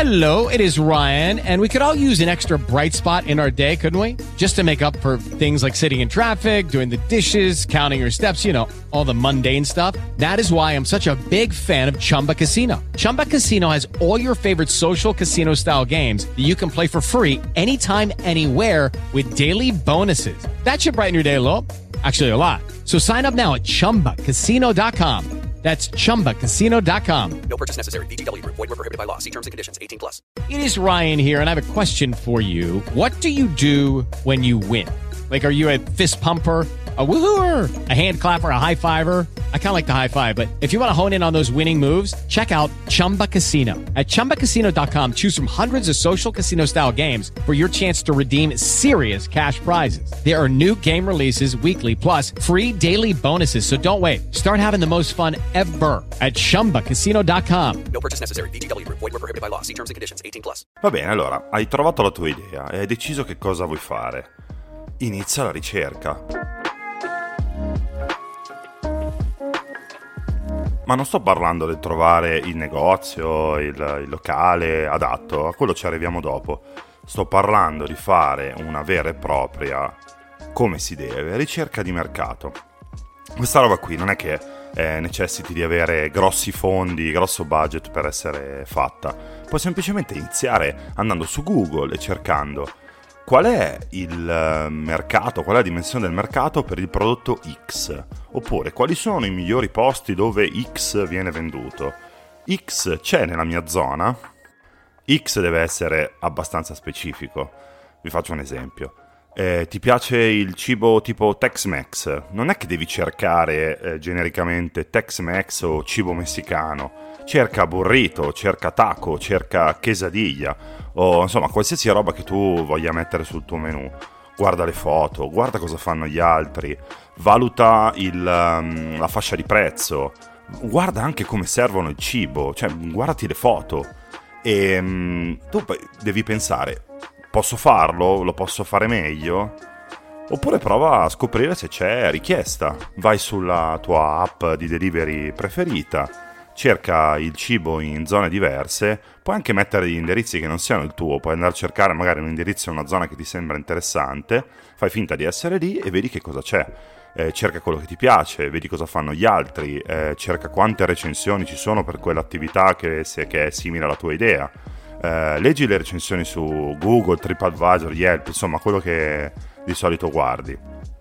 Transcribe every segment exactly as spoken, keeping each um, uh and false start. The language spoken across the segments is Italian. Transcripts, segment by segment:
Hello, it is Ryan, and we could all use an extra bright spot in our day, couldn't we? Just to make up for things like sitting in traffic, doing the dishes, counting your steps, you know, all the mundane stuff. That is why I'm such a big fan of Chumba Casino. Chumba Casino has all your favorite social casino-style games that you can play for free anytime, anywhere with daily bonuses. That should brighten your day a little. Actually, a lot. So sign up now at chumba casino dot com. That's chumba casino dot com. No purchase necessary. V G W Group. Void where prohibited by law. See terms and conditions. eighteen plus. It is Ryan here, and I have a question for you. What do you do when you win? Like, are you a fist pumper, a woohooer, a hand clapper, a high fiver? I kind of like the high five, but if you want to hone in on those winning moves, check out Chumba Casino. At chumba casino dot com, choose from hundreds of social casino-style games for your chance to redeem serious cash prizes. There are new game releases weekly, plus free daily bonuses, so don't wait. Start having the most fun ever at chumba casino dot com. No purchase necessary. V G W Group. Void where prohibited by law. See terms and conditions. eighteen plus. Va bene, allora, hai trovato la tua idea e hai deciso che cosa vuoi fare. Inizia la ricerca. Ma non sto parlando del trovare il negozio, il, il locale adatto, a quello ci arriviamo dopo. Sto parlando di fare una vera e propria, come si deve, ricerca di mercato. Questa roba qui non è che eh, necessiti di avere grossi fondi, grosso budget per essere fatta. Puoi semplicemente iniziare andando su Google e cercando qual è il mercato, qual è la dimensione del mercato per il prodotto X, oppure quali sono i migliori posti dove X viene venduto. X c'è nella mia zona, X deve essere abbastanza specifico. Vi faccio un esempio. Eh, ti piace il cibo tipo Tex-Mex? Non è che devi cercare eh, genericamente Tex-Mex o cibo messicano. Cerca burrito, cerca taco, cerca quesadilla o insomma qualsiasi roba che tu voglia mettere sul tuo menù. Guarda le foto, guarda cosa fanno gli altri, valuta il, um, la fascia di prezzo, guarda anche come servono il cibo, cioè guardati le foto e um, tu devi pensare: posso farlo? Lo posso fare meglio? Oppure prova a scoprire se c'è richiesta. Vai sulla tua app di delivery preferita, cerca il cibo in zone diverse, puoi anche mettere degli indirizzi che non siano il tuo, puoi andare a cercare magari un indirizzo in una zona che ti sembra interessante, fai finta di essere lì e vedi che cosa c'è. Eh, cerca quello che ti piace, vedi cosa fanno gli altri, eh, cerca quante recensioni ci sono per quell'attività che, se, che è simile alla tua idea. Eh, leggi le recensioni su Google, TripAdvisor, Yelp, insomma quello che di solito guardi.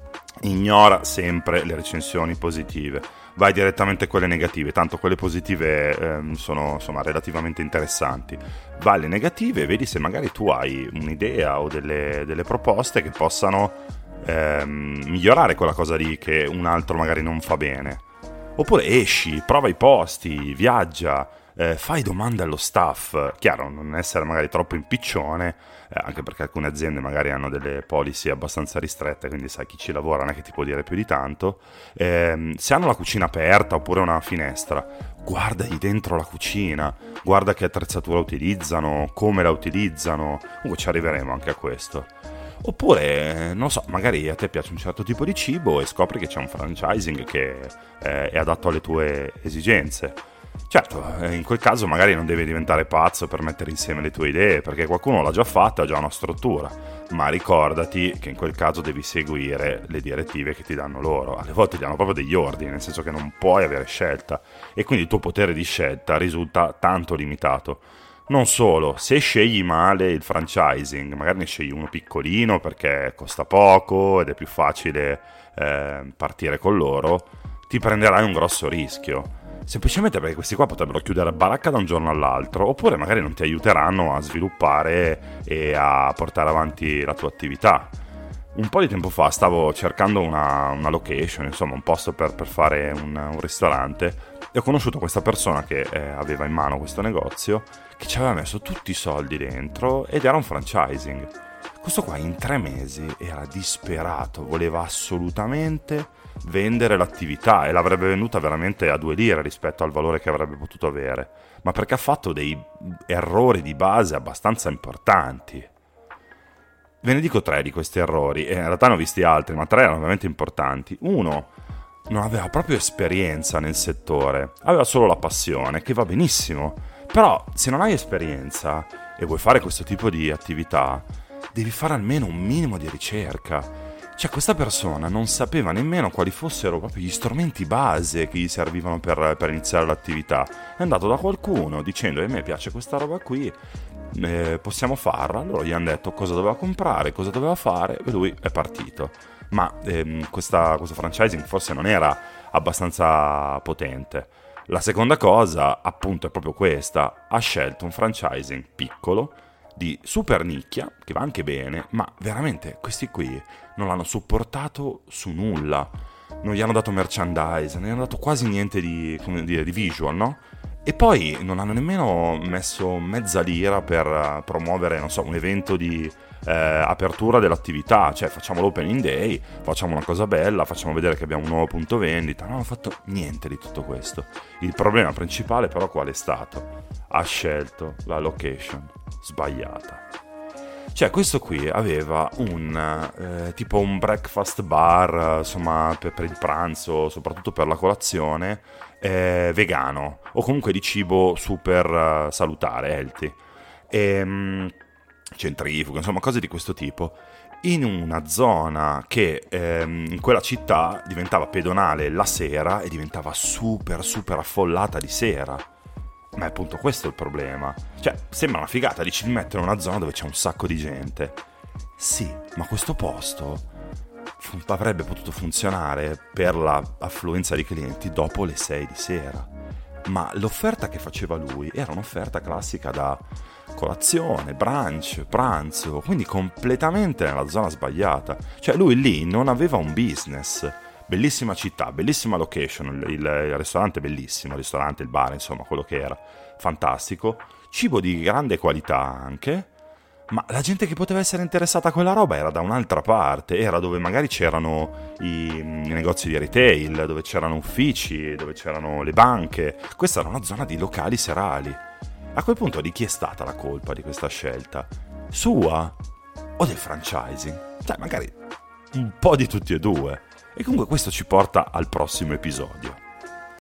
Ignora sempre le recensioni positive, vai direttamente a quelle negative, tanto quelle positive ehm, sono insomma relativamente interessanti. Vai alle negative e vedi se magari tu hai un'idea o delle, delle proposte che possano ehm, migliorare quella cosa lì che un altro magari non fa bene. Oppure esci, prova i posti, viaggia, eh, fai domande allo staff. Chiaro, non essere magari troppo impiccione, eh, anche perché alcune aziende magari hanno delle policy abbastanza ristrette, quindi sai, chi ci lavora non è che ti può dire più di tanto. Eh, se hanno la cucina aperta oppure una finestra, guardagli dentro la cucina, guarda che attrezzatura utilizzano, come la utilizzano. Comunque ci arriveremo anche a questo. Oppure, non so, magari a te piace un certo tipo di cibo e scopri che c'è un franchising che eh, è adatto alle tue esigenze. Certo, in quel caso magari non devi diventare pazzo per mettere insieme le tue idee, perché qualcuno l'ha già fatta, ha già una struttura, ma ricordati che in quel caso devi seguire le direttive che ti danno loro. Alle volte ti danno proprio degli ordini, nel senso che non puoi avere scelta, e quindi il tuo potere di scelta risulta tanto limitato. Non solo, se scegli male il franchising, magari ne scegli uno piccolino perché costa poco ed è più facile eh, partire con loro, ti prenderai un grosso rischio. Semplicemente perché questi qua potrebbero chiudere baracca da un giorno all'altro, oppure magari non ti aiuteranno a sviluppare e a portare avanti la tua attività. Un po' di tempo fa stavo cercando una, una location, insomma un posto per, per fare un, un ristorante, e ho conosciuto questa persona che eh, aveva in mano questo negozio, che ci aveva messo tutti i soldi dentro ed era un franchising. Questo qua in tre mesi era disperato, voleva assolutamente vendere l'attività e l'avrebbe venduta veramente a due lire rispetto al valore che avrebbe potuto avere, ma perché ha fatto dei errori di base abbastanza importanti. Ve ne dico tre di questi errori, e in realtà ne ho visti altri, ma tre erano veramente importanti. Uno, non aveva proprio esperienza nel settore, aveva solo la passione, che va benissimo, Però se non hai esperienza e vuoi fare questo tipo di attività, devi fare almeno un minimo di ricerca. Cioè, questa persona non sapeva nemmeno quali fossero proprio gli strumenti base che gli servivano per, per iniziare l'attività. È andato da qualcuno dicendo: a me piace questa roba qui, eh, possiamo farla. Allora gli hanno detto cosa doveva comprare, cosa doveva fare, e lui è partito. Ma ehm, questa, questo franchising forse non era abbastanza potente. La seconda cosa, appunto, è proprio questa: ha scelto un franchising piccolo, di super nicchia, che va anche bene, ma veramente questi qui non l'hanno supportato su nulla. Non gli hanno dato merchandise, non gli hanno dato quasi niente di, come dire, di visual, no? E poi non hanno nemmeno messo mezza lira per promuovere, non so, un evento di eh, apertura dell'attività. Cioè, facciamo l'opening day, facciamo una cosa bella, facciamo vedere che abbiamo un nuovo punto vendita. Non hanno fatto niente di tutto questo. Il problema principale però qual è stato? Ha scelto la location sbagliata. Cioè, questo qui aveva un eh, tipo un breakfast bar, insomma, per, per il pranzo, soprattutto per la colazione, eh, vegano, o comunque di cibo super uh, salutare, healthy, e, um, centrifugo, insomma, cose di questo tipo, in una zona che ehm, in quella città diventava pedonale la sera e diventava super super affollata di sera. Ma è appunto questo il problema. Cioè, sembra una figata, dici di mettere una zona dove c'è un sacco di gente. Sì, ma questo posto fu- avrebbe potuto funzionare per la affluenza di clienti dopo le sei di sera. Ma l'offerta che faceva lui era un'offerta classica da colazione, brunch, pranzo, quindi completamente nella zona sbagliata. Cioè, lui lì non aveva un business. Bellissima città, bellissima location, il, il, il ristorante bellissimo, il ristorante, il bar, insomma, quello che era, fantastico, cibo di grande qualità anche, ma la gente che poteva essere interessata a quella roba era da un'altra parte, era dove magari c'erano i, i negozi di retail, dove c'erano uffici, dove c'erano le banche. Questa era una zona di locali serali. A quel punto di chi è stata la colpa di questa scelta? Sua o del franchising? Cioè, magari un po' di tutti e due. E comunque questo ci porta al prossimo episodio.